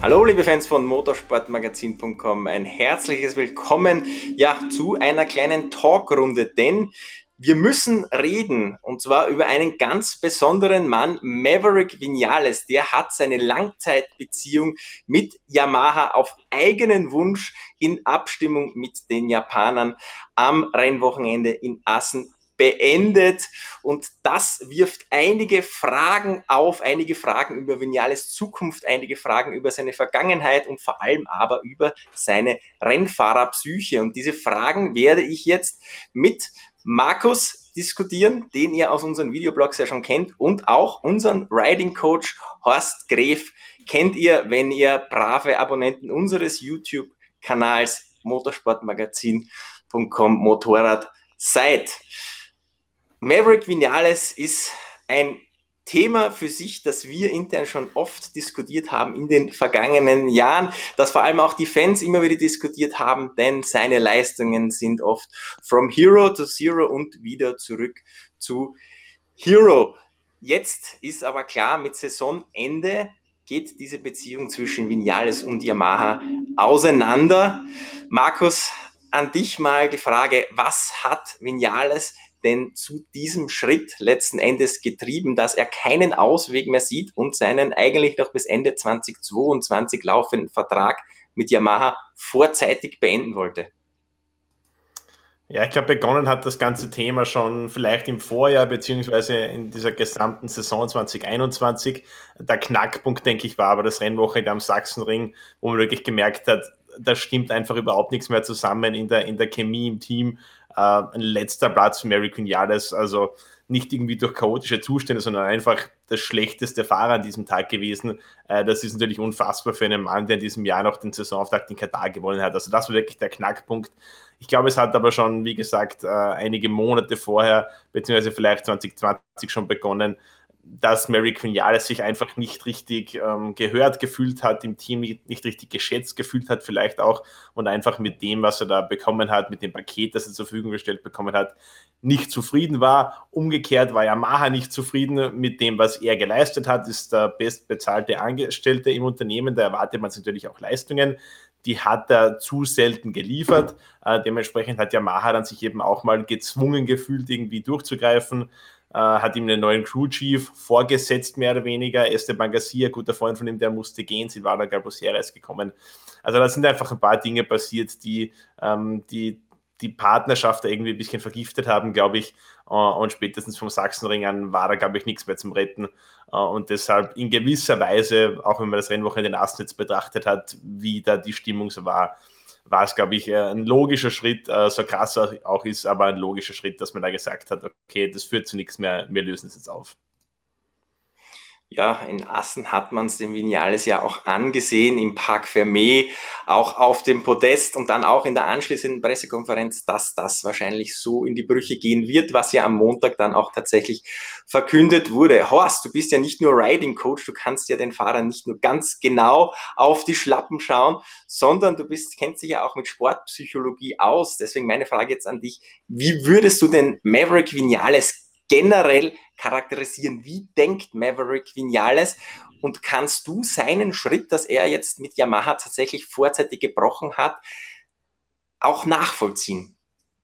Hallo liebe Fans von motorsportmagazin.com, ein herzliches Willkommen zu einer kleinen Talkrunde, denn wir müssen reden und zwar über einen ganz besonderen Mann, Maverick Viñales. Der hat seine Langzeitbeziehung mit Yamaha auf eigenen Wunsch in Abstimmung mit den Japanern am Rennwochenende in Assen beendet, und das wirft einige Fragen auf, einige Fragen über Viñales Zukunft, einige Fragen über seine Vergangenheit und vor allem aber über seine Rennfahrerpsyche. Und diese Fragen werde ich jetzt mit Markus diskutieren, den ihr aus unseren Videoblogs ja schon kennt, und auch unseren Riding Coach Horst Gref kennt ihr, wenn ihr brave Abonnenten unseres YouTube-Kanals motorsportmagazin.com Motorrad seid. Maverick Viñales ist ein Thema für sich, das wir intern schon oft diskutiert haben in den vergangenen Jahren, das vor allem auch die Fans immer wieder diskutiert haben, denn seine Leistungen sind oft from Hero to Zero und wieder zurück zu Hero. Jetzt ist aber klar, mit Saisonende geht diese Beziehung zwischen Viñales und Yamaha auseinander. Markus, an dich mal die Frage, was hat Viñales denn zu diesem Schritt letzten Endes getrieben, dass er keinen Ausweg mehr sieht und seinen eigentlich noch bis Ende 2022 laufenden Vertrag mit Yamaha vorzeitig beenden wollte? Ja, ich glaube, begonnen hat das ganze Thema schon vielleicht im Vorjahr beziehungsweise in dieser gesamten Saison 2021. Der Knackpunkt, denke ich, war aber das Rennwochenende am Sachsenring, wo man wirklich gemerkt hat, da stimmt einfach überhaupt nichts mehr zusammen in der Chemie im Team. Ein letzter Platz für Maverick Viñales, also nicht irgendwie durch chaotische Zustände, sondern einfach das schlechteste Fahrer an diesem Tag gewesen. Das ist natürlich unfassbar für einen Mann, der in diesem Jahr noch den Saisonauftakt in Katar gewonnen hat. Also das war wirklich der Knackpunkt. Ich glaube, es hat aber schon, wie gesagt, einige Monate vorher, beziehungsweise vielleicht 2020 schon begonnen, dass Maverick Viñales sich einfach nicht richtig gehört gefühlt hat, im Team nicht richtig geschätzt gefühlt hat vielleicht auch, und einfach mit dem, was er da bekommen hat, mit dem Paket, das er zur Verfügung gestellt bekommen hat, nicht zufrieden war. Umgekehrt war Yamaha nicht zufrieden mit dem, was er geleistet hat, ist der bestbezahlte Angestellte im Unternehmen, da erwartet man natürlich auch Leistungen. Die hat er zu selten geliefert. Dementsprechend hat Yamaha dann sich eben auch mal gezwungen gefühlt, irgendwie durchzugreifen. Hat ihm einen neuen Crew-Chief vorgesetzt, mehr oder weniger. Esteban Garcia, guter Freund von ihm, der musste gehen. Silvana Galbusera ist gekommen. Also da sind einfach ein paar Dinge passiert, die die Partnerschaft da irgendwie ein bisschen vergiftet haben, glaube ich. Und spätestens vom Sachsenring an war da, glaube ich, nichts mehr zum Retten. Und deshalb in gewisser Weise, auch wenn man das Rennwochenende in Assen jetzt betrachtet hat, wie da die Stimmung so war es, glaube ich, ein logischer Schritt, so krass auch ist, aber ein logischer Schritt, dass man da gesagt hat, okay, das führt zu nichts mehr, wir lösen es jetzt auf. Ja, in Assen hat man es dem Viñales ja auch angesehen, im Parc Fermé, auch auf dem Podest und dann auch in der anschließenden Pressekonferenz, dass das wahrscheinlich so in die Brüche gehen wird, was ja am Montag dann auch tatsächlich verkündet wurde. Horst, du bist ja nicht nur Riding Coach, du kannst ja den Fahrern nicht nur ganz genau auf die Schlappen schauen, sondern kennst dich ja auch mit Sportpsychologie aus. Deswegen meine Frage jetzt an dich, wie würdest du denn Maverick Viñales generell charakterisieren? Wie denkt Maverick Viñales? Und kannst du seinen Schritt, dass er jetzt mit Yamaha tatsächlich vorzeitig gebrochen hat, auch nachvollziehen?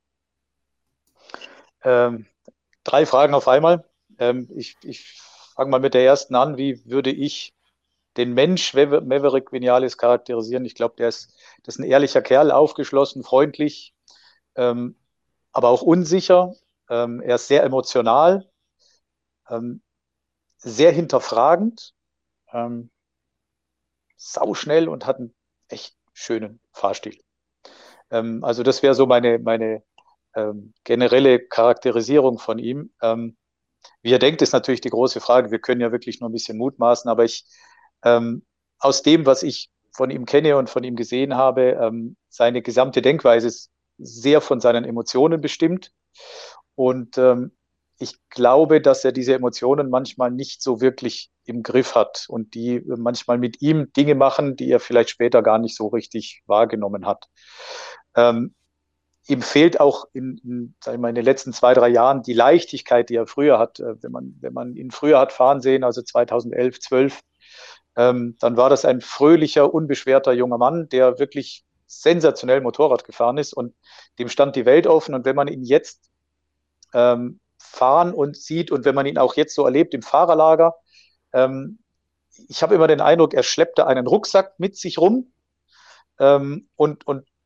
3 Fragen auf einmal. Ich fange mal mit der ersten an. Wie würde ich den Mensch Maverick Viñales charakterisieren? Ich glaube, das ist ein ehrlicher Kerl, aufgeschlossen, freundlich, aber auch unsicher. Er ist sehr emotional, sehr hinterfragend, sauschnell und hat einen echt schönen Fahrstil. Also das wäre so meine generelle Charakterisierung von ihm. Wie er denkt, ist natürlich die große Frage. Wir können ja wirklich nur ein bisschen mutmaßen, aber aus dem, was ich von ihm kenne und von ihm gesehen habe, seine gesamte Denkweise ist sehr von seinen Emotionen bestimmt. Und ich glaube, dass er diese Emotionen manchmal nicht so wirklich im Griff hat und die manchmal mit ihm Dinge machen, die er vielleicht später gar nicht so richtig wahrgenommen hat. Ihm fehlt auch sag ich mal, in den letzten 2, 3 Jahren die Leichtigkeit, die er früher hat. Wenn man ihn früher hat fahren sehen, also 2011, 12, Dann war das ein fröhlicher, unbeschwerter junger Mann, der wirklich sensationell Motorrad gefahren ist und dem stand die Welt offen. Und wenn man ihn jetzt fahren und sieht und wenn man ihn auch jetzt so erlebt im Fahrerlager, ich habe immer den Eindruck, er schleppte einen Rucksack mit sich rum und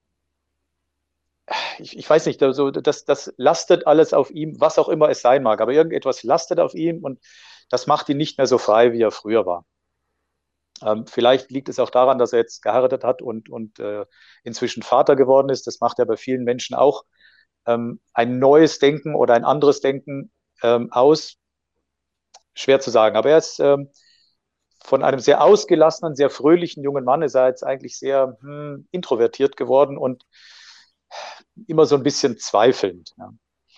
ich weiß nicht, also das lastet alles auf ihm, was auch immer es sein mag, aber irgendetwas lastet auf ihm und das macht ihn nicht mehr so frei, wie er früher war. Vielleicht liegt es auch daran, dass er jetzt geheiratet hat und inzwischen Vater geworden ist. Das macht ja bei vielen Menschen auch ein neues Denken oder ein anderes Denken aus. Schwer zu sagen, aber er ist von einem sehr ausgelassenen, sehr fröhlichen jungen Mann ist er jetzt eigentlich sehr introvertiert geworden und immer so ein bisschen zweifelnd. Ja.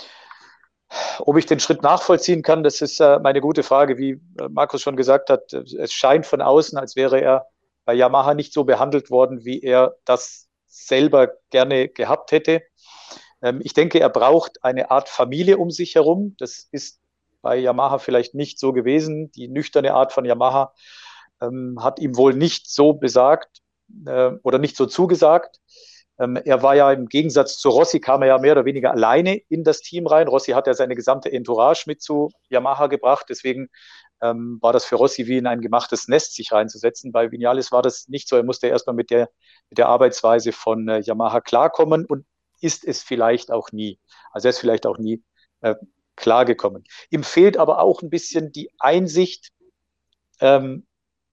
Ob ich den Schritt nachvollziehen kann, das ist meine gute Frage. Wie Markus schon gesagt hat, es scheint von außen, als wäre er bei Yamaha nicht so behandelt worden, wie er das selber gerne gehabt hätte. Ich denke, er braucht eine Art Familie um sich herum. Das ist bei Yamaha vielleicht nicht so gewesen. Die nüchterne Art von Yamaha hat ihm wohl nicht so besagt oder nicht so zugesagt. Er war ja im Gegensatz zu Rossi, kam er ja mehr oder weniger alleine in das Team rein. Rossi hat ja seine gesamte Entourage mit zu Yamaha gebracht. Deswegen war das für Rossi wie in ein gemachtes Nest, sich reinzusetzen. Bei Viñales war das nicht so. Er musste erstmal mit der Arbeitsweise von Yamaha klarkommen und ist es vielleicht auch nie. Also er ist vielleicht auch nie klargekommen. Ihm fehlt aber auch ein bisschen die Einsicht, an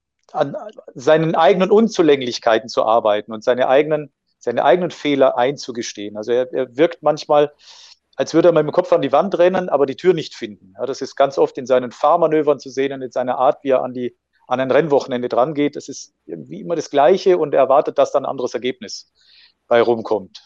seinen eigenen Unzulänglichkeiten zu arbeiten und seine eigenen Fehler einzugestehen. Also er wirkt manchmal, als würde er mit dem Kopf an die Wand rennen, aber die Tür nicht finden. Ja, das ist ganz oft in seinen Fahrmanövern zu sehen und in seiner Art, wie er an ein Rennwochenende dran geht. Das ist irgendwie immer das Gleiche und er erwartet, dass dann ein anderes Ergebnis bei rumkommt.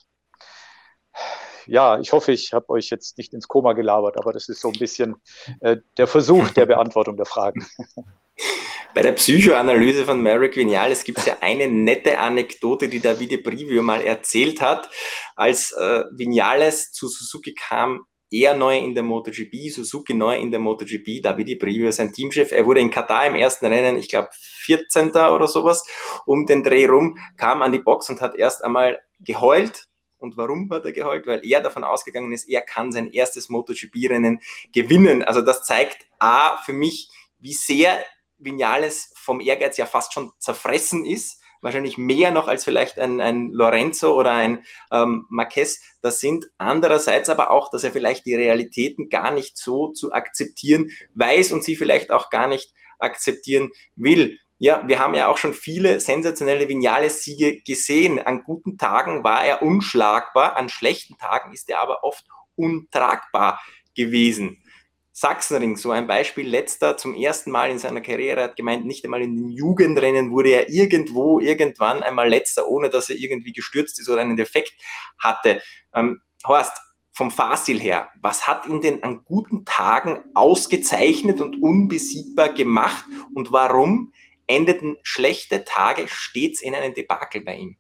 Ja, ich hoffe, ich habe euch jetzt nicht ins Koma gelabert, aber das ist so ein bisschen der Versuch der Beantwortung der Fragen. Bei der Psychoanalyse von Maverick Viñales gibt es ja eine nette Anekdote, die Davide Brivio mal erzählt hat. Als Viñales zu Suzuki kam, er neu in der MotoGP, Suzuki neu in der MotoGP, Davide Brivio, sein Teamchef. Er wurde in Katar im ersten Rennen, ich glaube 14. oder sowas, um den Dreh rum, kam an die Box und hat erst einmal geheult. Und warum hat er geheult? Weil er davon ausgegangen ist, er kann sein erstes MotoGP-Rennen gewinnen. Also das zeigt für mich, wie sehr Viñales vom Ehrgeiz ja fast schon zerfressen ist, wahrscheinlich mehr noch als vielleicht ein Lorenzo oder ein Marquez das sind. Andererseits aber auch, dass er vielleicht die Realitäten gar nicht so zu akzeptieren weiß und sie vielleicht auch gar nicht akzeptieren will. Ja, wir haben ja auch schon viele sensationelle Viñales-Siege gesehen. An guten Tagen war er unschlagbar, an schlechten Tagen ist er aber oft untragbar gewesen. Sachsenring, so ein Beispiel, letzter zum ersten Mal in seiner Karriere, hat gemeint, nicht einmal in den Jugendrennen wurde er irgendwann einmal letzter, ohne dass er irgendwie gestürzt ist oder einen Defekt hatte. Horst, vom Fahrstil her, was hat ihn denn an guten Tagen ausgezeichnet und unbesiegbar gemacht und warum endeten schlechte Tage stets in einem Debakel bei ihm?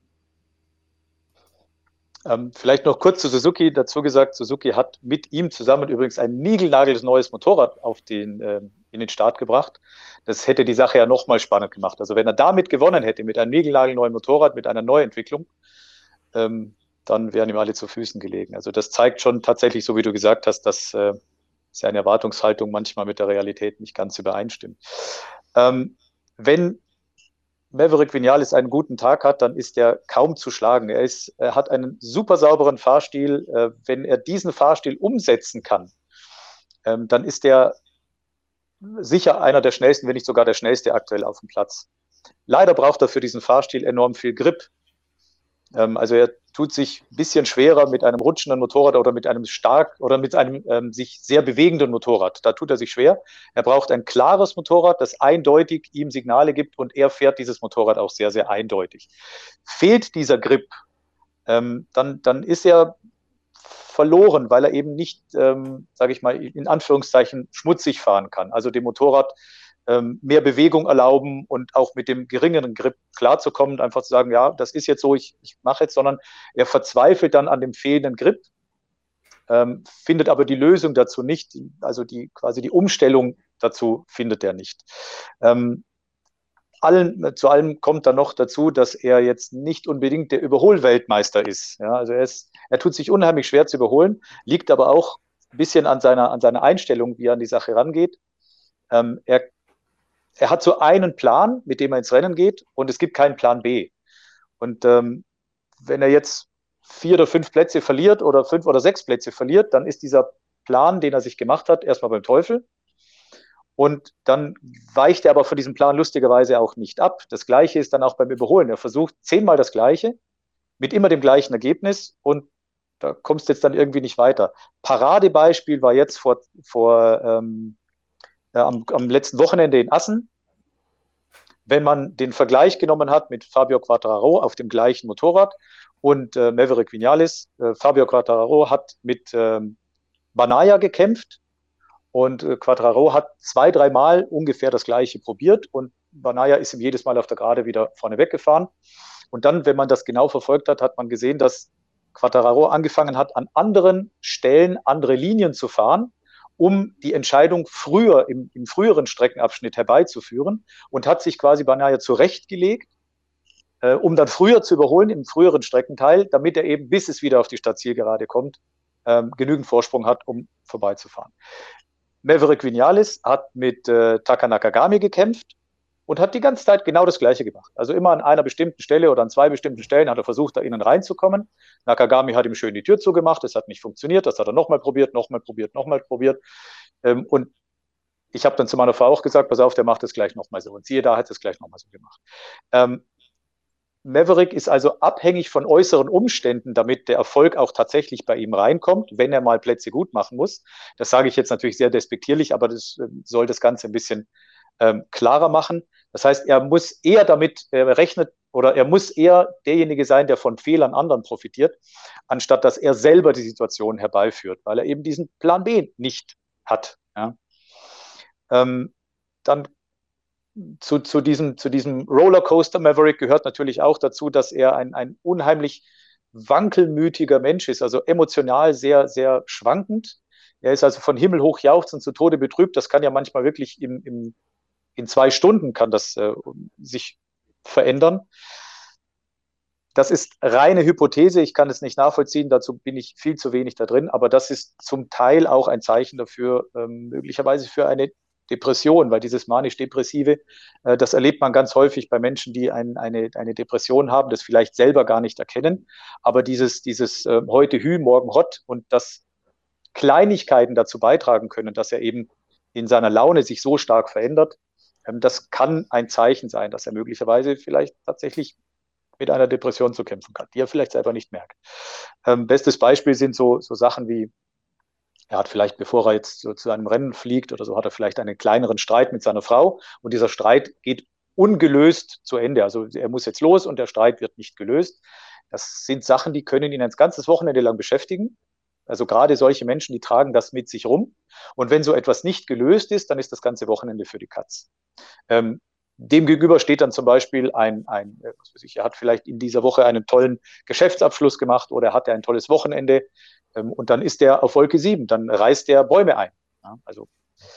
Vielleicht noch kurz zu Suzuki. Dazu gesagt, Suzuki hat mit ihm zusammen übrigens ein niegelnagelndes neues Motorrad in den Start gebracht. Das hätte die Sache ja nochmal spannend gemacht. Also wenn er damit gewonnen hätte, mit einem niegelnagelneuen Motorrad, mit einer Neuentwicklung, dann wären ihm alle zu Füßen gelegen. Also das zeigt schon tatsächlich, so wie du gesagt hast, dass seine Erwartungshaltung manchmal mit der Realität nicht ganz übereinstimmt. Wenn Maverick Viñales einen guten Tag hat, dann ist er kaum zu schlagen. Er hat einen super sauberen Fahrstil. Wenn er diesen Fahrstil umsetzen kann, dann ist er sicher einer der schnellsten, wenn nicht sogar der schnellste aktuell auf dem Platz. Leider braucht er für diesen Fahrstil enorm viel Grip. Also er tut sich ein bisschen schwerer mit einem rutschenden Motorrad oder mit einem sich sehr bewegenden Motorrad. Da tut er sich schwer. Er braucht ein klares Motorrad, das eindeutig ihm Signale gibt und er fährt dieses Motorrad auch sehr, sehr eindeutig. Fehlt dieser Grip, dann ist er verloren, weil er eben nicht, sage ich mal, in Anführungszeichen schmutzig fahren kann. Also dem Motorrad mehr Bewegung erlauben und auch mit dem geringeren Grip klarzukommen, einfach zu sagen, ja, das ist jetzt so, ich mache jetzt, sondern er verzweifelt dann an dem fehlenden Grip, findet aber die Lösung dazu nicht, also quasi die Umstellung dazu findet er nicht. zu allem kommt dann noch dazu, dass er jetzt nicht unbedingt der Überholweltmeister ist. Ja, also er tut sich unheimlich schwer zu überholen, liegt aber auch ein bisschen an seiner Einstellung, wie er an die Sache rangeht. Er hat so einen Plan, mit dem er ins Rennen geht, und es gibt keinen Plan B. Und wenn er jetzt 4 oder 5 Plätze verliert oder 5 oder 6 Plätze verliert, dann ist dieser Plan, den er sich gemacht hat, erstmal beim Teufel. Und dann weicht er aber von diesem Plan lustigerweise auch nicht ab. Das Gleiche ist dann auch beim Überholen. Er versucht 10-mal das Gleiche, mit immer dem gleichen Ergebnis, und da kommst du jetzt dann irgendwie nicht weiter. Paradebeispiel war jetzt am letzten Wochenende in Assen, wenn man den Vergleich genommen hat mit Fabio Quartararo auf dem gleichen Motorrad und Maverick Viñales. Fabio Quartararo hat mit Bagnaia gekämpft, und Quartararo hat 2-3 Mal ungefähr das Gleiche probiert, und Bagnaia ist ihm jedes Mal auf der Gerade wieder vorne weggefahren. Und dann, wenn man das genau verfolgt hat, hat man gesehen, dass Quartararo angefangen hat, an anderen Stellen andere Linien zu fahren, um die Entscheidung früher im früheren Streckenabschnitt herbeizuführen, und hat sich quasi Bagnaia zurechtgelegt, um dann früher zu überholen im früheren Streckenteil, damit er eben, bis es wieder auf die Startzielgerade kommt, genügend Vorsprung hat, um vorbeizufahren. Maverick Viñales hat mit Taka Nakagami gekämpft und hat die ganze Zeit genau das Gleiche gemacht. Also immer an einer bestimmten Stelle oder an 2 bestimmten Stellen hat er versucht, da innen reinzukommen. Nakagami hat ihm schön die Tür zugemacht, das hat nicht funktioniert, das hat er nochmal probiert. Und ich habe dann zu meiner Frau auch gesagt, pass auf, der macht das gleich nochmal so. Und siehe da, hat es gleich nochmal so gemacht. Maverick ist also abhängig von äußeren Umständen, damit der Erfolg auch tatsächlich bei ihm reinkommt, wenn er mal Plätze gut machen muss. Das sage ich jetzt natürlich sehr despektierlich, aber das soll das Ganze ein bisschen klarer machen. Das heißt, er muss eher derjenige sein, der von Fehlern anderen profitiert, anstatt dass er selber die Situation herbeiführt, weil er eben diesen Plan B nicht hat. Ja. Dann zu diesem Rollercoaster Maverick gehört natürlich auch dazu, dass er ein unheimlich wankelmütiger Mensch ist, also emotional sehr, sehr schwankend. Er ist also von Himmel hoch jauchzend zu Tode betrübt. Das kann ja manchmal wirklich in 2 Stunden kann das sich verändern. Das ist reine Hypothese, ich kann es nicht nachvollziehen, dazu bin ich viel zu wenig da drin, aber das ist zum Teil auch ein Zeichen dafür, möglicherweise für eine Depression, weil dieses manisch-depressive, das erlebt man ganz häufig bei Menschen, die eine Depression haben, das vielleicht selber gar nicht erkennen, aber dieses heute Hü, morgen Hott, und dass Kleinigkeiten dazu beitragen können, dass er eben in seiner Laune sich so stark verändert, das kann ein Zeichen sein, dass er möglicherweise vielleicht tatsächlich mit einer Depression zu kämpfen hat, die er vielleicht selber nicht merkt. Bestes Beispiel sind so Sachen wie, er hat vielleicht, bevor er jetzt so zu einem Rennen fliegt oder so, hat er vielleicht einen kleineren Streit mit seiner Frau, und dieser Streit geht ungelöst zu Ende. Also er muss jetzt los und der Streit wird nicht gelöst. Das sind Sachen, die können ihn ein ganzes Wochenende lang beschäftigen. Also gerade solche Menschen, die tragen das mit sich rum. Und wenn so etwas nicht gelöst ist, dann ist das ganze Wochenende für die Katz. Demgegenüber steht dann zum Beispiel er hat vielleicht in dieser Woche einen tollen Geschäftsabschluss gemacht oder er hatte ein tolles Wochenende, und dann ist er auf Wolke 7, dann reißt er Bäume ein. Ja, also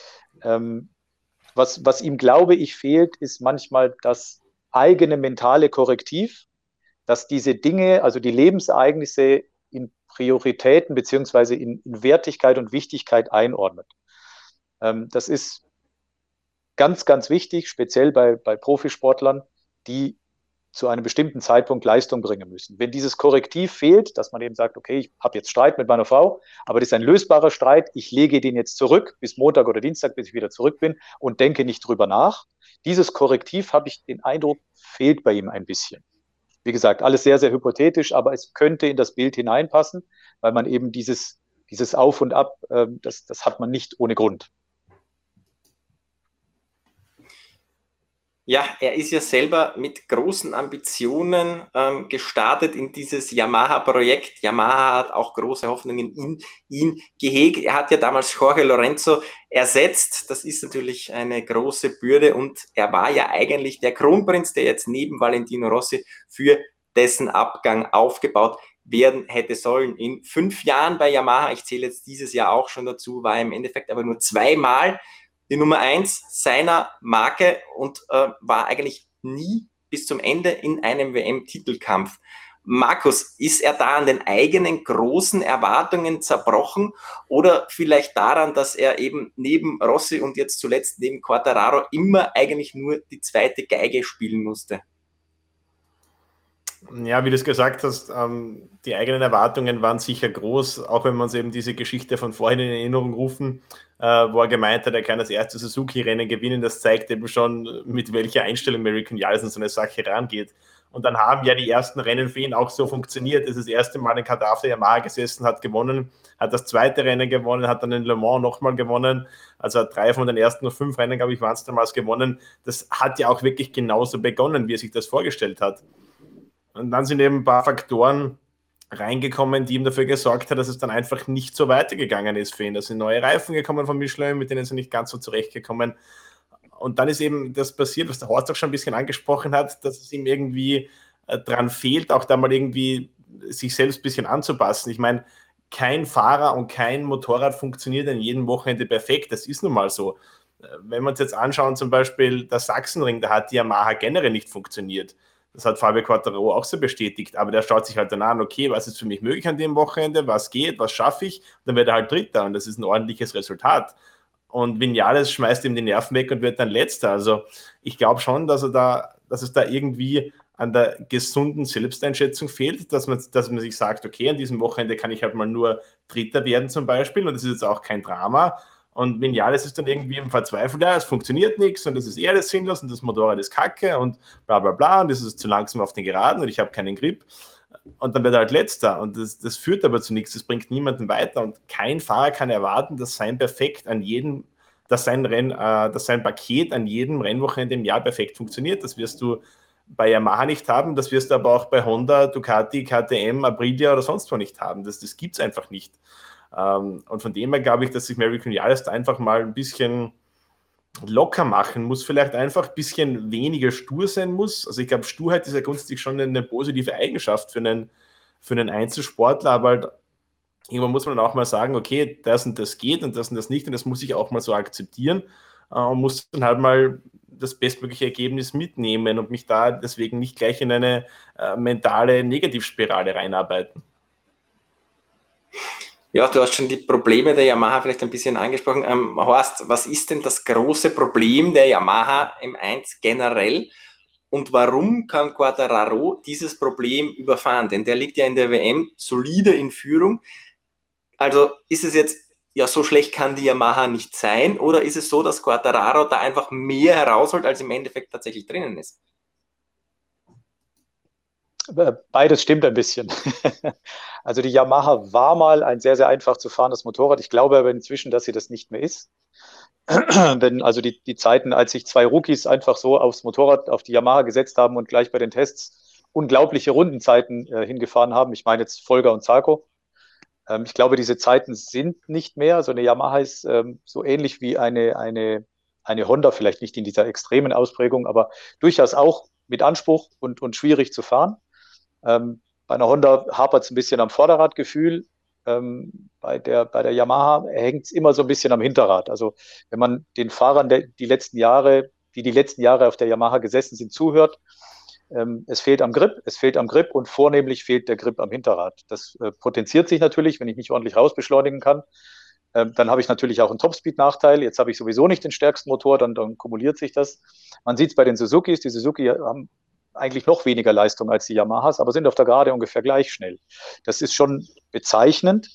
was ihm, glaube ich, fehlt, ist manchmal das eigene mentale Korrektiv, dass diese Dinge, also die Lebensereignisse, in Prioritäten beziehungsweise in Wertigkeit und Wichtigkeit einordnet. Das ist ganz, ganz wichtig, speziell bei Profisportlern, die zu einem bestimmten Zeitpunkt Leistung bringen müssen. Wenn dieses Korrektiv fehlt, dass man eben sagt, okay, ich habe jetzt Streit mit meiner Frau, aber das ist ein lösbarer Streit, ich lege den jetzt zurück bis Montag oder Dienstag, bis ich wieder zurück bin, und denke nicht drüber nach. Dieses Korrektiv, habe ich den Eindruck, fehlt bei ihm ein bisschen. Wie gesagt, alles sehr, sehr hypothetisch, aber es könnte in das Bild hineinpassen, weil man eben dieses Auf und Ab, das hat man nicht ohne Grund. Ja, er ist ja selber mit großen Ambitionen gestartet in dieses Yamaha-Projekt. Yamaha hat auch große Hoffnungen in ihn gehegt. Er hat ja damals Jorge Lorenzo ersetzt. Das ist natürlich eine große Bürde, und er war ja eigentlich der Kronprinz, der jetzt neben Valentino Rossi für dessen Abgang aufgebaut werden hätte sollen. In 5 Jahren bei Yamaha, ich zähle jetzt dieses Jahr auch schon dazu, war er im Endeffekt aber nur 2-mal die Nummer 1 seiner Marke und war eigentlich nie bis zum Ende in einem WM-Titelkampf. Markus, ist er da an den eigenen großen Erwartungen zerbrochen oder vielleicht daran, dass er eben neben Rossi und jetzt zuletzt neben Quartararo immer eigentlich nur die zweite Geige spielen musste? Ja, wie du es gesagt hast, die eigenen Erwartungen waren sicher groß, auch wenn wir uns eben diese Geschichte von vorhin in Erinnerung rufen, wo er gemeint hat, er kann das erste Suzuki-Rennen gewinnen. Das zeigt eben schon, mit welcher Einstellung Mary Vinales an so eine Sache rangeht. Und dann haben ja die ersten Rennen für ihn auch so funktioniert. Er ist das erste Mal in Katar auf der Yamaha gesessen, hat gewonnen, hat das zweite Rennen gewonnen, hat dann in Le Mans nochmal gewonnen. Also hat 3 von den ersten 5 Rennen, glaube ich, waren es damals gewonnen. Das hat ja auch wirklich genauso begonnen, wie er sich das vorgestellt hat. Und dann sind eben ein paar Faktoren reingekommen, die ihm dafür gesorgt hat, dass es dann einfach nicht so weitergegangen ist für ihn. Da sind neue Reifen gekommen von Michelin, mit denen ist er nicht ganz so zurechtgekommen. Und dann ist eben das passiert, was der Horst auch schon ein bisschen angesprochen hat, dass es ihm irgendwie dran fehlt, auch da mal irgendwie sich selbst ein bisschen anzupassen. Ich meine, kein Fahrer und kein Motorrad funktioniert an jedem Wochenende perfekt. Das ist nun mal so. Wenn wir uns jetzt anschauen, zum Beispiel der Sachsenring, da hat die Yamaha generell nicht funktioniert. Das hat Fabio Quartararo auch so bestätigt, aber der schaut sich halt dann an, okay, was ist für mich möglich an dem Wochenende, was geht, was schaffe ich, dann wird er halt Dritter und das ist ein ordentliches Resultat. Und Vinales schmeißt ihm die Nerven weg und wird dann Letzter. Also ich glaube schon, dass es da irgendwie an der gesunden Selbsteinschätzung fehlt, dass man sich sagt, okay, an diesem Wochenende kann ich halt mal nur Dritter werden zum Beispiel und das ist jetzt auch kein Drama. Und Vinales ist dann irgendwie im Verzweifelt, ja, es funktioniert nichts und es ist eher alles sinnlos und das Motorrad ist kacke und bla bla bla und es ist zu langsam auf den Geraden und ich habe keinen Grip. Und dann wird er halt Letzter und das führt aber zu nichts, das bringt niemanden weiter und kein Fahrer kann erwarten, dass sein Paket an jedem Rennwochenende im Jahr perfekt funktioniert. Das wirst du bei Yamaha nicht haben, das wirst du aber auch bei Honda, Ducati, KTM, Aprilia oder sonst wo nicht haben. Das gibt es einfach nicht. Und von dem her glaube ich, dass sich Mary Vinales da einfach mal ein bisschen locker machen muss, vielleicht einfach ein bisschen weniger stur sein muss. Also ich glaube, Sturheit ist ja grundsätzlich schon eine positive Eigenschaft für einen Einzelsportler, aber halt, irgendwann muss man auch mal sagen, okay, das und das geht und das nicht und das muss ich auch mal so akzeptieren und muss dann halt mal das bestmögliche Ergebnis mitnehmen und mich da deswegen nicht gleich in eine mentale Negativspirale reinarbeiten. Ja, du hast schon die Probleme der Yamaha vielleicht ein bisschen angesprochen. Horst, was ist denn das große Problem der Yamaha M1 generell und warum kann Quartararo dieses Problem überfahren? Denn der liegt ja in der WM solide in Führung. Also ist es jetzt, ja, so schlecht kann die Yamaha nicht sein oder ist es so, dass Quartararo da einfach mehr herausholt, als im Endeffekt tatsächlich drinnen ist? Beides stimmt ein bisschen. Also die Yamaha war mal ein sehr, sehr einfach zu fahrendes Motorrad. Ich glaube aber inzwischen, dass sie das nicht mehr ist. Wenn also die Zeiten, als sich 2 Rookies einfach so aufs Motorrad, auf die Yamaha gesetzt haben und gleich bei den Tests unglaubliche Rundenzeiten hingefahren haben. Ich meine jetzt Folger und Zarco. Ich glaube, diese Zeiten sind nicht mehr. Also eine Yamaha ist so ähnlich wie eine Honda, vielleicht nicht in dieser extremen Ausprägung, aber durchaus auch mit Anspruch und schwierig zu fahren. Bei einer Honda hapert es ein bisschen am Vorderradgefühl. Bei der Yamaha hängt es immer so ein bisschen am Hinterrad. Also wenn man den Fahrern, die die letzten Jahre auf der Yamaha gesessen sind, zuhört, es fehlt am Grip und vornehmlich fehlt der Grip am Hinterrad. Das potenziert sich natürlich, wenn ich nicht ordentlich rausbeschleunigen kann. Dann habe ich natürlich auch einen Topspeed-Nachteil. Jetzt habe ich sowieso nicht den stärksten Motor, dann kumuliert sich das. Man sieht es bei den Suzukis. Die Suzuki haben eigentlich noch weniger Leistung als die Yamahas, aber sind auf der Gerade ungefähr gleich schnell. Das ist schon bezeichnend.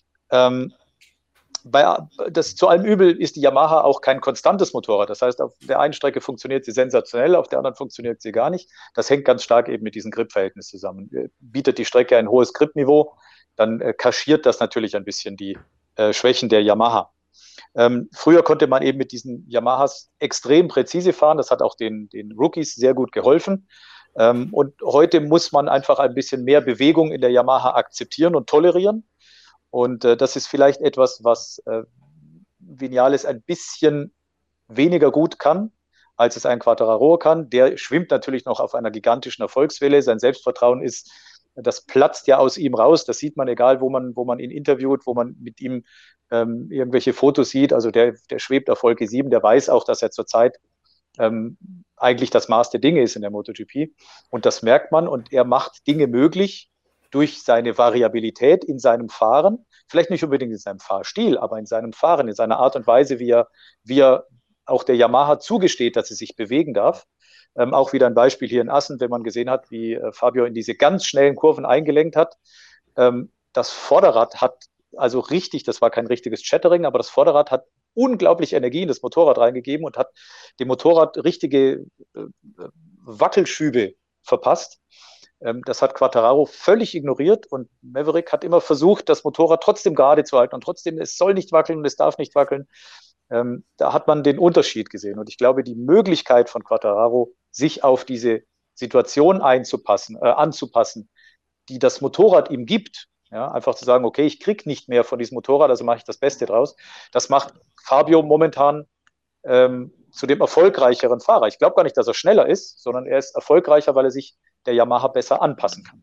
Zu allem Übel ist die Yamaha auch kein konstantes Motorrad. Das heißt, auf der einen Strecke funktioniert sie sensationell, auf der anderen funktioniert sie gar nicht. Das hängt ganz stark eben mit diesem Grip-Verhältnis zusammen. Bietet die Strecke ein hohes Grip-Niveau, dann kaschiert das natürlich ein bisschen die Schwächen der Yamaha. Früher konnte man eben mit diesen Yamahas extrem präzise fahren. Das hat auch den Rookies sehr gut geholfen. Und heute muss man einfach ein bisschen mehr Bewegung in der Yamaha akzeptieren und tolerieren. Und das ist vielleicht etwas, was Vinales ein bisschen weniger gut kann, als es ein Quartararo kann. Der schwimmt natürlich noch auf einer gigantischen Erfolgswelle. Sein Selbstvertrauen das platzt ja aus ihm raus. Das sieht man, egal wo man ihn interviewt, wo man mit ihm irgendwelche Fotos sieht. Also der schwebt auf Wolke 7. Der weiß auch, dass er zurzeit eigentlich das Maß der Dinge ist in der MotoGP. Und das merkt man und er macht Dinge möglich durch seine Variabilität in seinem Fahren, vielleicht nicht unbedingt in seinem Fahrstil, aber in seinem Fahren, in seiner Art und Weise, wie er auch der Yamaha zugesteht, dass sie sich bewegen darf. Auch wieder ein Beispiel hier in Assen, wenn man gesehen hat, wie Fabio in diese ganz schnellen Kurven eingelenkt hat. Das Vorderrad hat also richtig, das war kein richtiges Chattering, aber das Vorderrad hat unglaublich Energie in das Motorrad reingegeben und hat dem Motorrad richtige Wackelschübe verpasst. Das hat Quartararo völlig ignoriert und Maverick hat immer versucht, das Motorrad trotzdem gerade zu halten und trotzdem, es soll nicht wackeln und es darf nicht wackeln. Da hat man den Unterschied gesehen und ich glaube, die Möglichkeit von Quartararo, sich auf diese Situation anzupassen, die das Motorrad ihm gibt, ja, einfach zu sagen, okay, ich kriege nicht mehr von diesem Motorrad, also mache ich das Beste draus. Das macht Fabio momentan zu dem erfolgreicheren Fahrer. Ich glaube gar nicht, dass er schneller ist, sondern er ist erfolgreicher, weil er sich der Yamaha besser anpassen kann.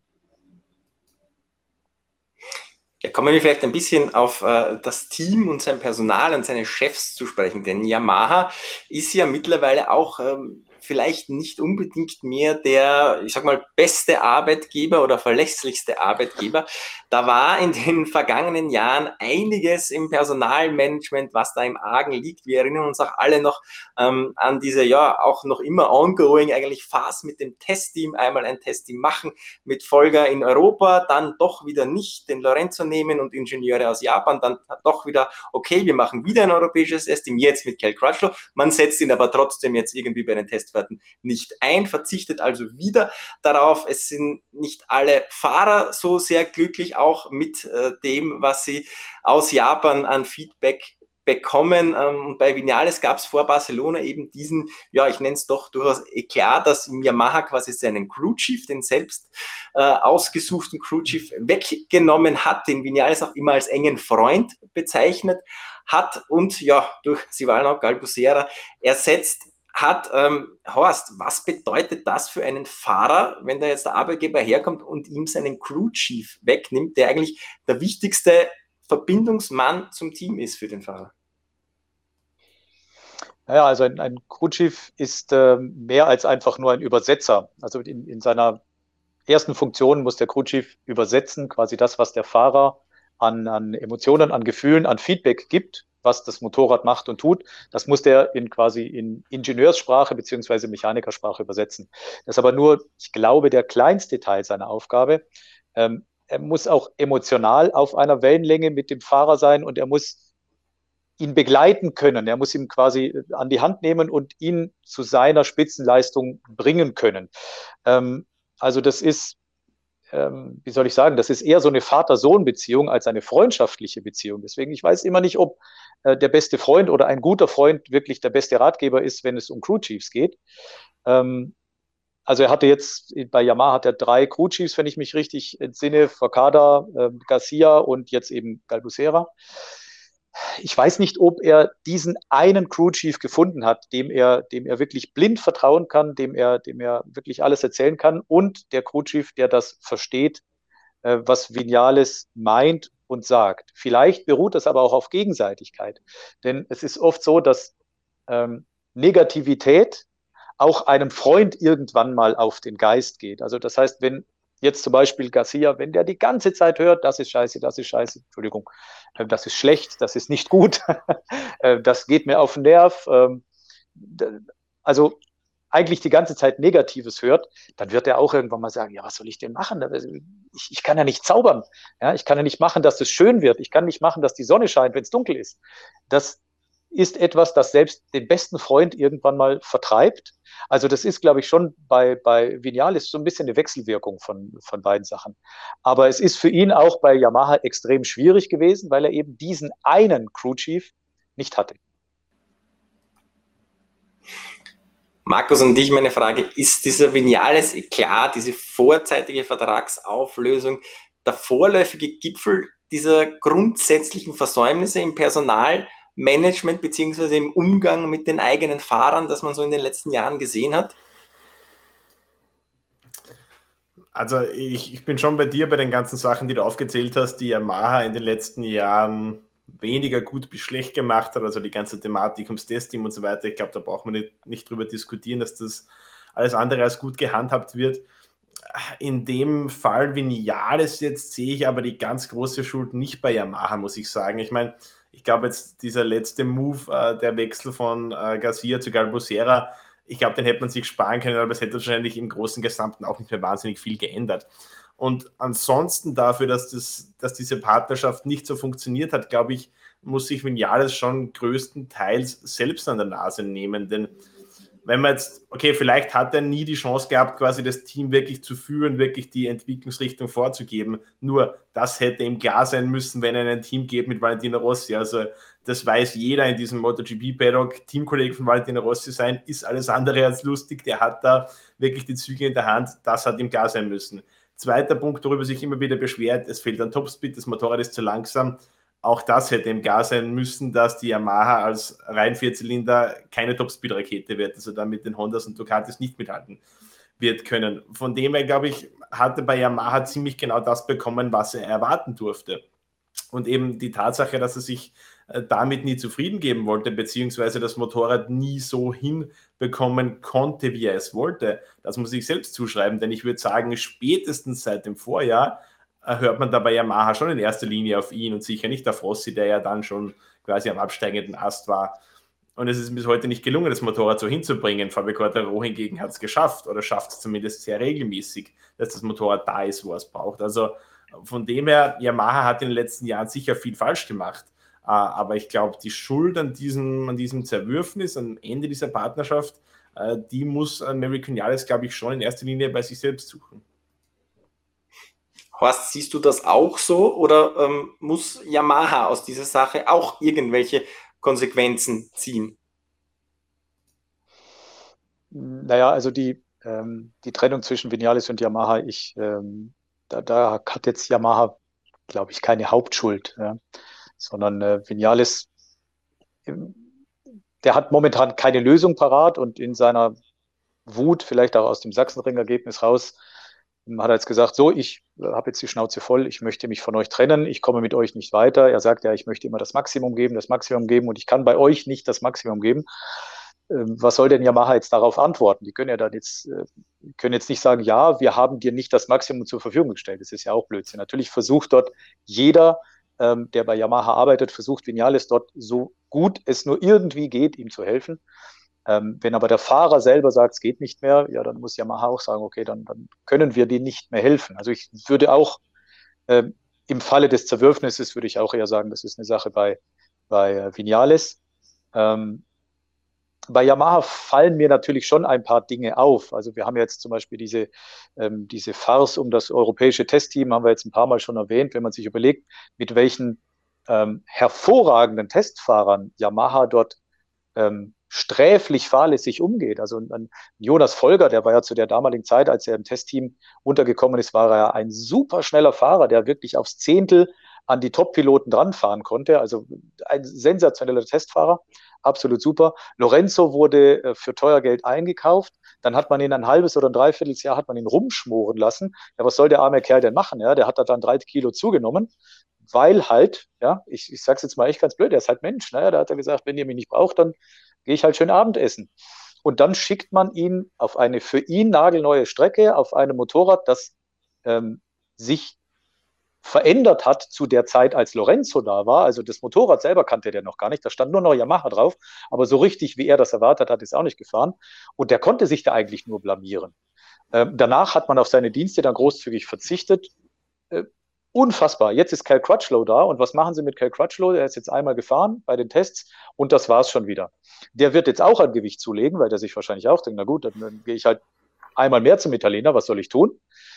Ja, kommen wir vielleicht ein bisschen auf das Team und sein Personal und seine Chefs zu sprechen, denn Yamaha ist ja mittlerweile auch vielleicht nicht unbedingt mehr der, ich sag mal, beste Arbeitgeber oder verlässlichste Arbeitgeber. Da war in den vergangenen Jahren einiges im Personalmanagement, was da im Argen liegt. Wir erinnern uns auch alle noch an diese, ja, auch noch immer ongoing eigentlich Phase mit dem Testteam, einmal ein Testteam machen mit Folger in Europa, dann doch wieder nicht den Lorenzo nehmen und Ingenieure aus Japan, dann doch wieder, okay, wir machen wieder ein europäisches Testteam, jetzt mit Cal Crutchlow. Man setzt ihn aber trotzdem jetzt irgendwie bei den Testfahrten nicht ein, verzichtet also wieder darauf. Es sind nicht alle Fahrer so sehr glücklich, auch mit dem, was sie aus Japan an Feedback bekommen. Bei Vinales gab es vor Barcelona eben diesen, ja, ich nenne es doch durchaus Eklat, dass im Yamaha quasi seinen Crewchief, den selbst ausgesuchten Crewchief, weggenommen hat, den Vinales auch immer als engen Freund bezeichnet hat und ja, durch Silvano Galbusera ersetzt hat. Horst, was bedeutet das für einen Fahrer, wenn da jetzt der Arbeitgeber herkommt und ihm seinen Crewchief wegnimmt, der eigentlich der wichtigste Verbindungsmann zum Team ist für den Fahrer? Naja, also ein Crewchief ist mehr als einfach nur ein Übersetzer. Also in seiner ersten Funktion muss der Crewchief übersetzen, quasi das, was der Fahrer an Emotionen, an Gefühlen, an Feedback gibt, was das Motorrad macht und tut. Das muss der quasi in Ingenieurssprache beziehungsweise Mechanikersprache übersetzen. Das ist aber nur, ich glaube, der kleinste Teil seiner Aufgabe. Er muss auch emotional auf einer Wellenlänge mit dem Fahrer sein und er muss ihn begleiten können. Er muss ihn quasi an die Hand nehmen und ihn zu seiner Spitzenleistung bringen können. Also das ist, wie soll ich sagen, das ist eher so eine Vater-Sohn-Beziehung als eine freundschaftliche Beziehung. Deswegen, ich weiß immer nicht, ob der beste Freund oder ein guter Freund wirklich der beste Ratgeber ist, wenn es um Crewchiefs geht. Also er hatte jetzt, bei Yamaha hat er 3 Crewchiefs, wenn ich mich richtig entsinne, Forcada, Garcia und jetzt eben Galbusera. Ich weiß nicht, ob er diesen einen Crewchief gefunden hat, dem er wirklich blind vertrauen kann, dem er wirklich alles erzählen kann und der Crewchief, der das versteht, was Vinales meint und sagt. Vielleicht beruht das aber auch auf Gegenseitigkeit, denn es ist oft so, dass Negativität auch einem Freund irgendwann mal auf den Geist geht. Also das heißt, wenn jetzt zum Beispiel Garcia, wenn der die ganze Zeit hört, das ist scheiße, Entschuldigung, das ist schlecht, das ist nicht gut, das geht mir auf den Nerv, also eigentlich die ganze Zeit Negatives hört, dann wird er auch irgendwann mal sagen, ja, was soll ich denn machen? Ich kann ja nicht zaubern, ja, ich kann ja nicht machen, dass es schön wird, ich kann nicht machen, dass die Sonne scheint, wenn es dunkel ist. Das ist etwas, das selbst den besten Freund irgendwann mal vertreibt. Also das ist, glaube ich, schon bei Vinales so ein bisschen eine Wechselwirkung von beiden Sachen. Aber es ist für ihn auch bei Yamaha extrem schwierig gewesen, weil er eben diesen einen Crewchief nicht hatte. Markus, an dich meine Frage, ist dieser Vinales Eklat, diese vorzeitige Vertragsauflösung, der vorläufige Gipfel dieser grundsätzlichen Versäumnisse im Personalmanagement beziehungsweise im Umgang mit den eigenen Fahrern, das man so in den letzten Jahren gesehen hat? Also ich bin schon bei dir bei den ganzen Sachen, die du aufgezählt hast, die Yamaha in den letzten Jahren weniger gut bis schlecht gemacht hat, also die ganze Thematik ums Testteam und so weiter. Ich glaube, da braucht man nicht drüber diskutieren, dass das alles andere als gut gehandhabt wird. In dem Fall Vinales jetzt sehe ich aber die ganz große Schuld nicht bei Yamaha, muss ich sagen. Ich meine, ich glaube jetzt dieser letzte Move, der Wechsel von Garcia zu Galbusera, ich glaube, den hätte man sich sparen können, aber es hätte wahrscheinlich im Großen und Gesamten auch nicht mehr wahnsinnig viel geändert. Und ansonsten dafür, dass diese Partnerschaft nicht so funktioniert hat, glaube ich, muss sich Vinales schon größtenteils selbst an der Nase nehmen, denn wenn man jetzt, okay, vielleicht hat er nie die Chance gehabt, quasi das Team wirklich zu führen, wirklich die Entwicklungsrichtung vorzugeben. Nur das hätte ihm klar sein müssen, wenn er ein Team geht mit Valentino Rossi. Also das weiß jeder in diesem MotoGP-Paddock. Teamkollege von Valentino Rossi sein, ist alles andere als lustig. Der hat da wirklich die Zügel in der Hand. Das hat ihm klar sein müssen. Zweiter Punkt, worüber sich immer wieder beschwert, es fehlt an Topspeed, das Motorrad ist zu langsam. Auch das hätte ihm klar sein müssen, dass die Yamaha als rein Vierzylinder keine Topspeed-Rakete wird, also da mit den Hondas und Ducatis nicht mithalten wird können. Von dem her, glaube ich, hatte bei Yamaha ziemlich genau das bekommen, was er erwarten durfte. Und eben die Tatsache, dass er sich damit nie zufrieden geben wollte, beziehungsweise das Motorrad nie so hinbekommen konnte, wie er es wollte, das muss ich selbst zuschreiben, denn ich würde sagen, spätestens seit dem Vorjahr hört man da bei Yamaha schon in erster Linie auf ihn und sicher nicht auf Rossi, der ja dann schon quasi am absteigenden Ast war. Und es ist bis heute nicht gelungen, das Motorrad so hinzubringen. Fabio Quartararo hingegen hat es geschafft oder schafft es zumindest sehr regelmäßig, dass das Motorrad da ist, wo es braucht. Also von dem her, Yamaha hat in den letzten Jahren sicher viel falsch gemacht. Aber ich glaube, die Schuld an diesem Zerwürfnis, am Ende dieser Partnerschaft, die muss Maverick Vinales, glaube ich, schon in erster Linie bei sich selbst suchen. Horst, siehst du das auch so oder muss Yamaha aus dieser Sache auch irgendwelche Konsequenzen ziehen? Naja, also die Trennung zwischen Vinales und Yamaha, da hat jetzt Yamaha, glaube ich, keine Hauptschuld, ja, sondern Vinales, der hat momentan keine Lösung parat und in seiner Wut, vielleicht auch aus dem Sachsenring-Ergebnis raus, hat er jetzt gesagt, so, ich habe jetzt die Schnauze voll, ich möchte mich von euch trennen, ich komme mit euch nicht weiter. Er sagt ja, ich möchte immer das Maximum geben und ich kann bei euch nicht das Maximum geben. Was soll denn Yamaha jetzt darauf antworten? Die können ja dann können jetzt nicht sagen, ja, wir haben dir nicht das Maximum zur Verfügung gestellt. Das ist ja auch Blödsinn. Natürlich versucht dort jeder, der bei Yamaha arbeitet, versucht Vinales dort so gut es nur irgendwie geht, ihm zu helfen. Wenn aber der Fahrer selber sagt, es geht nicht mehr, ja, dann muss Yamaha auch sagen, okay, dann können wir denen nicht mehr helfen. Also ich würde auch im Falle des Zerwürfnisses würde ich auch eher sagen, das ist eine Sache bei Vinales. Bei Yamaha fallen mir natürlich schon ein paar Dinge auf. Also wir haben jetzt zum Beispiel diese Farce um das europäische Testteam, haben wir jetzt ein paar Mal schon erwähnt, wenn man sich überlegt, mit welchen hervorragenden Testfahrern Yamaha dort sträflich fahrlässig umgeht. Also ein Jonas Folger, der war ja zu der damaligen Zeit, als er im Testteam untergekommen ist, war er ein super schneller Fahrer, der wirklich aufs Zehntel an die Top-Piloten dranfahren konnte. Also ein sensationeller Testfahrer, absolut super. Lorenzo wurde für teuer Geld eingekauft. Dann hat man ihn ein halbes oder ein Dreivierteljahr hat man ihn rumschmoren lassen. Ja, was soll der arme Kerl denn machen? Ja, der hat da dann 3 Kilo zugenommen, weil halt, ja, ich sag's jetzt mal echt ganz blöd, der ist halt Mensch. Ne? Da hat er gesagt, wenn ihr mich nicht braucht, dann gehe ich halt schön Abendessen. Und dann schickt man ihn auf eine für ihn nagelneue Strecke, auf einem Motorrad, das sich verändert hat zu der Zeit, als Lorenzo da war. Also das Motorrad selber kannte der noch gar nicht. Da stand nur noch Yamaha drauf. Aber so richtig, wie er das erwartet hat, ist auch nicht gefahren. Und der konnte sich da eigentlich nur blamieren. Danach hat man auf seine Dienste dann großzügig verzichtet. Unfassbar. Jetzt ist Cal Crutchlow da. Und was machen sie mit Cal Crutchlow? Der ist jetzt einmal gefahren bei den Tests und das war's schon wieder. Der wird jetzt auch an Gewicht zulegen, weil der sich wahrscheinlich auch denkt, na gut, dann gehe ich halt einmal mehr zum Italiener. Was soll ich tun?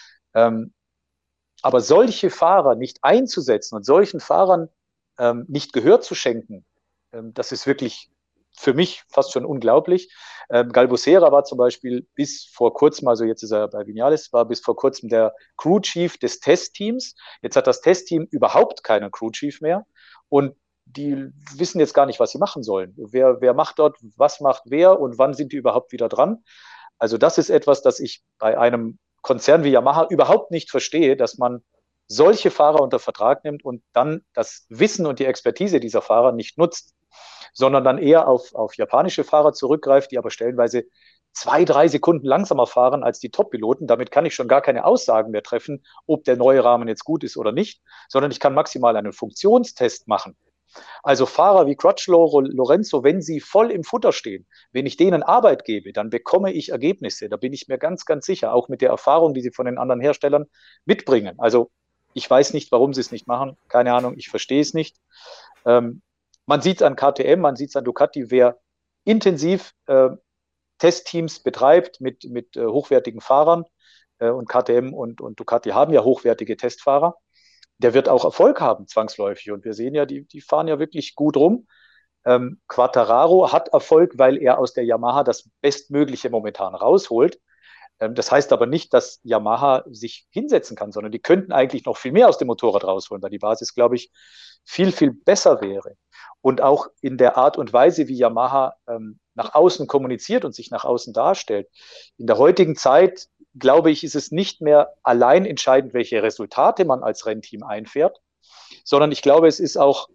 Aber solche Fahrer nicht einzusetzen und solchen Fahrern nicht Gehör zu schenken, das ist wirklich für mich fast schon unglaublich. Galbusera war zum Beispiel bis vor kurzem, also jetzt ist er bei Vinales, war bis vor kurzem der Crew Chief des Testteams. Jetzt hat das Testteam überhaupt keinen Crew Chief mehr und die wissen jetzt gar nicht, was sie machen sollen. Wer macht dort, was macht wer und wann sind die überhaupt wieder dran? Also das ist etwas, das ich bei einem Konzern wie Yamaha überhaupt nicht verstehe, dass man solche Fahrer unter Vertrag nimmt und dann das Wissen und die Expertise dieser Fahrer nicht nutzt, sondern dann eher auf japanische Fahrer zurückgreift, die aber stellenweise 2-3 Sekunden langsamer fahren als die Top-Piloten. Damit kann ich schon gar keine Aussagen mehr treffen, ob der neue Rahmen jetzt gut ist oder nicht, sondern ich kann maximal einen Funktionstest machen. Also Fahrer wie Crutchlow, Lorenzo, wenn sie voll im Futter stehen, wenn ich denen Arbeit gebe, dann bekomme ich Ergebnisse. Da bin ich mir ganz, ganz sicher, auch mit der Erfahrung, die sie von den anderen Herstellern mitbringen. Also ich weiß nicht, warum sie es nicht machen. Keine Ahnung, ich verstehe es nicht. Man sieht es an KTM, man sieht es an Ducati, wer intensiv Testteams betreibt mit hochwertigen Fahrern, und KTM und Ducati haben ja hochwertige Testfahrer, der wird auch Erfolg haben, zwangsläufig. Und wir sehen ja, die fahren ja wirklich gut rum. Quartararo hat Erfolg, weil er aus der Yamaha das Bestmögliche momentan rausholt. Das heißt aber nicht, dass Yamaha sich hinsetzen kann, sondern die könnten eigentlich noch viel mehr aus dem Motorrad rausholen, weil die Basis, glaube ich, viel, viel besser wäre. Und auch in der Art und Weise, wie Yamaha nach außen kommuniziert und sich nach außen darstellt. In der heutigen Zeit, glaube ich, ist es nicht mehr allein entscheidend, welche Resultate man als Rennteam einfährt, sondern ich glaube, es ist auch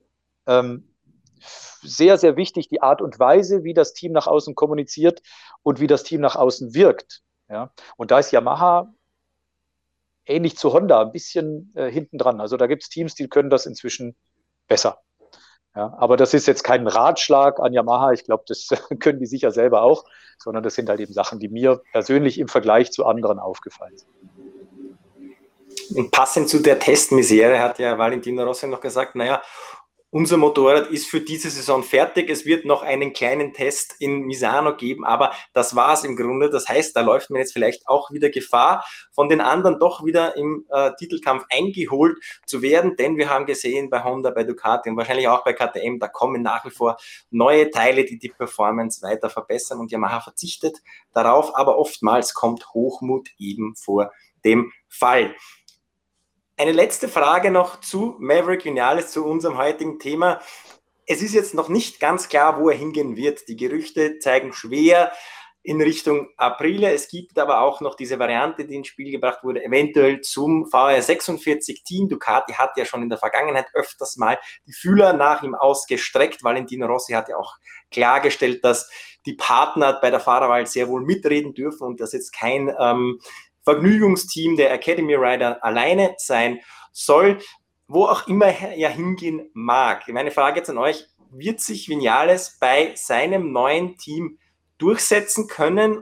sehr, sehr wichtig, die Art und Weise, wie das Team nach außen kommuniziert und wie das Team nach außen wirkt. Ja? Und da ist Yamaha ähnlich zu Honda ein bisschen hinten dran. Also da gibt es Teams, die können das inzwischen besser. Ja, aber das ist jetzt kein Ratschlag an Yamaha, ich glaube, das können die sicher selber auch, sondern das sind halt eben Sachen, die mir persönlich im Vergleich zu anderen aufgefallen sind. Und passend zu der Testmisere hat ja Valentino Rossi noch gesagt, naja, unser Motorrad ist für diese Saison fertig. Es wird noch einen kleinen Test in Misano geben, aber das war es im Grunde. Das heißt, da läuft man jetzt vielleicht auch wieder Gefahr, von den anderen doch wieder im Titelkampf eingeholt zu werden, denn wir haben gesehen bei Honda, bei Ducati und wahrscheinlich auch bei KTM, da kommen nach wie vor neue Teile, die die Performance weiter verbessern und Yamaha verzichtet darauf, aber oftmals kommt Hochmut eben vor dem Fall. Eine letzte Frage noch zu Maverick Viñales, zu unserem heutigen Thema. Es ist jetzt noch nicht ganz klar, wo er hingehen wird. Die Gerüchte zeigen schwer in Richtung Aprilia. Es gibt aber auch noch diese Variante, die ins Spiel gebracht wurde, eventuell zum VR46-Team. Ducati hat ja schon in der Vergangenheit öfters mal die Fühler nach ihm ausgestreckt. Valentino Rossi hat ja auch klargestellt, dass die Partner bei der Fahrerwahl sehr wohl mitreden dürfen und dass jetzt kein Vergnügungsteam der Academy Rider alleine sein soll, wo auch immer er hingehen mag. Meine Frage jetzt an euch, wird sich Viñales bei seinem neuen Team durchsetzen können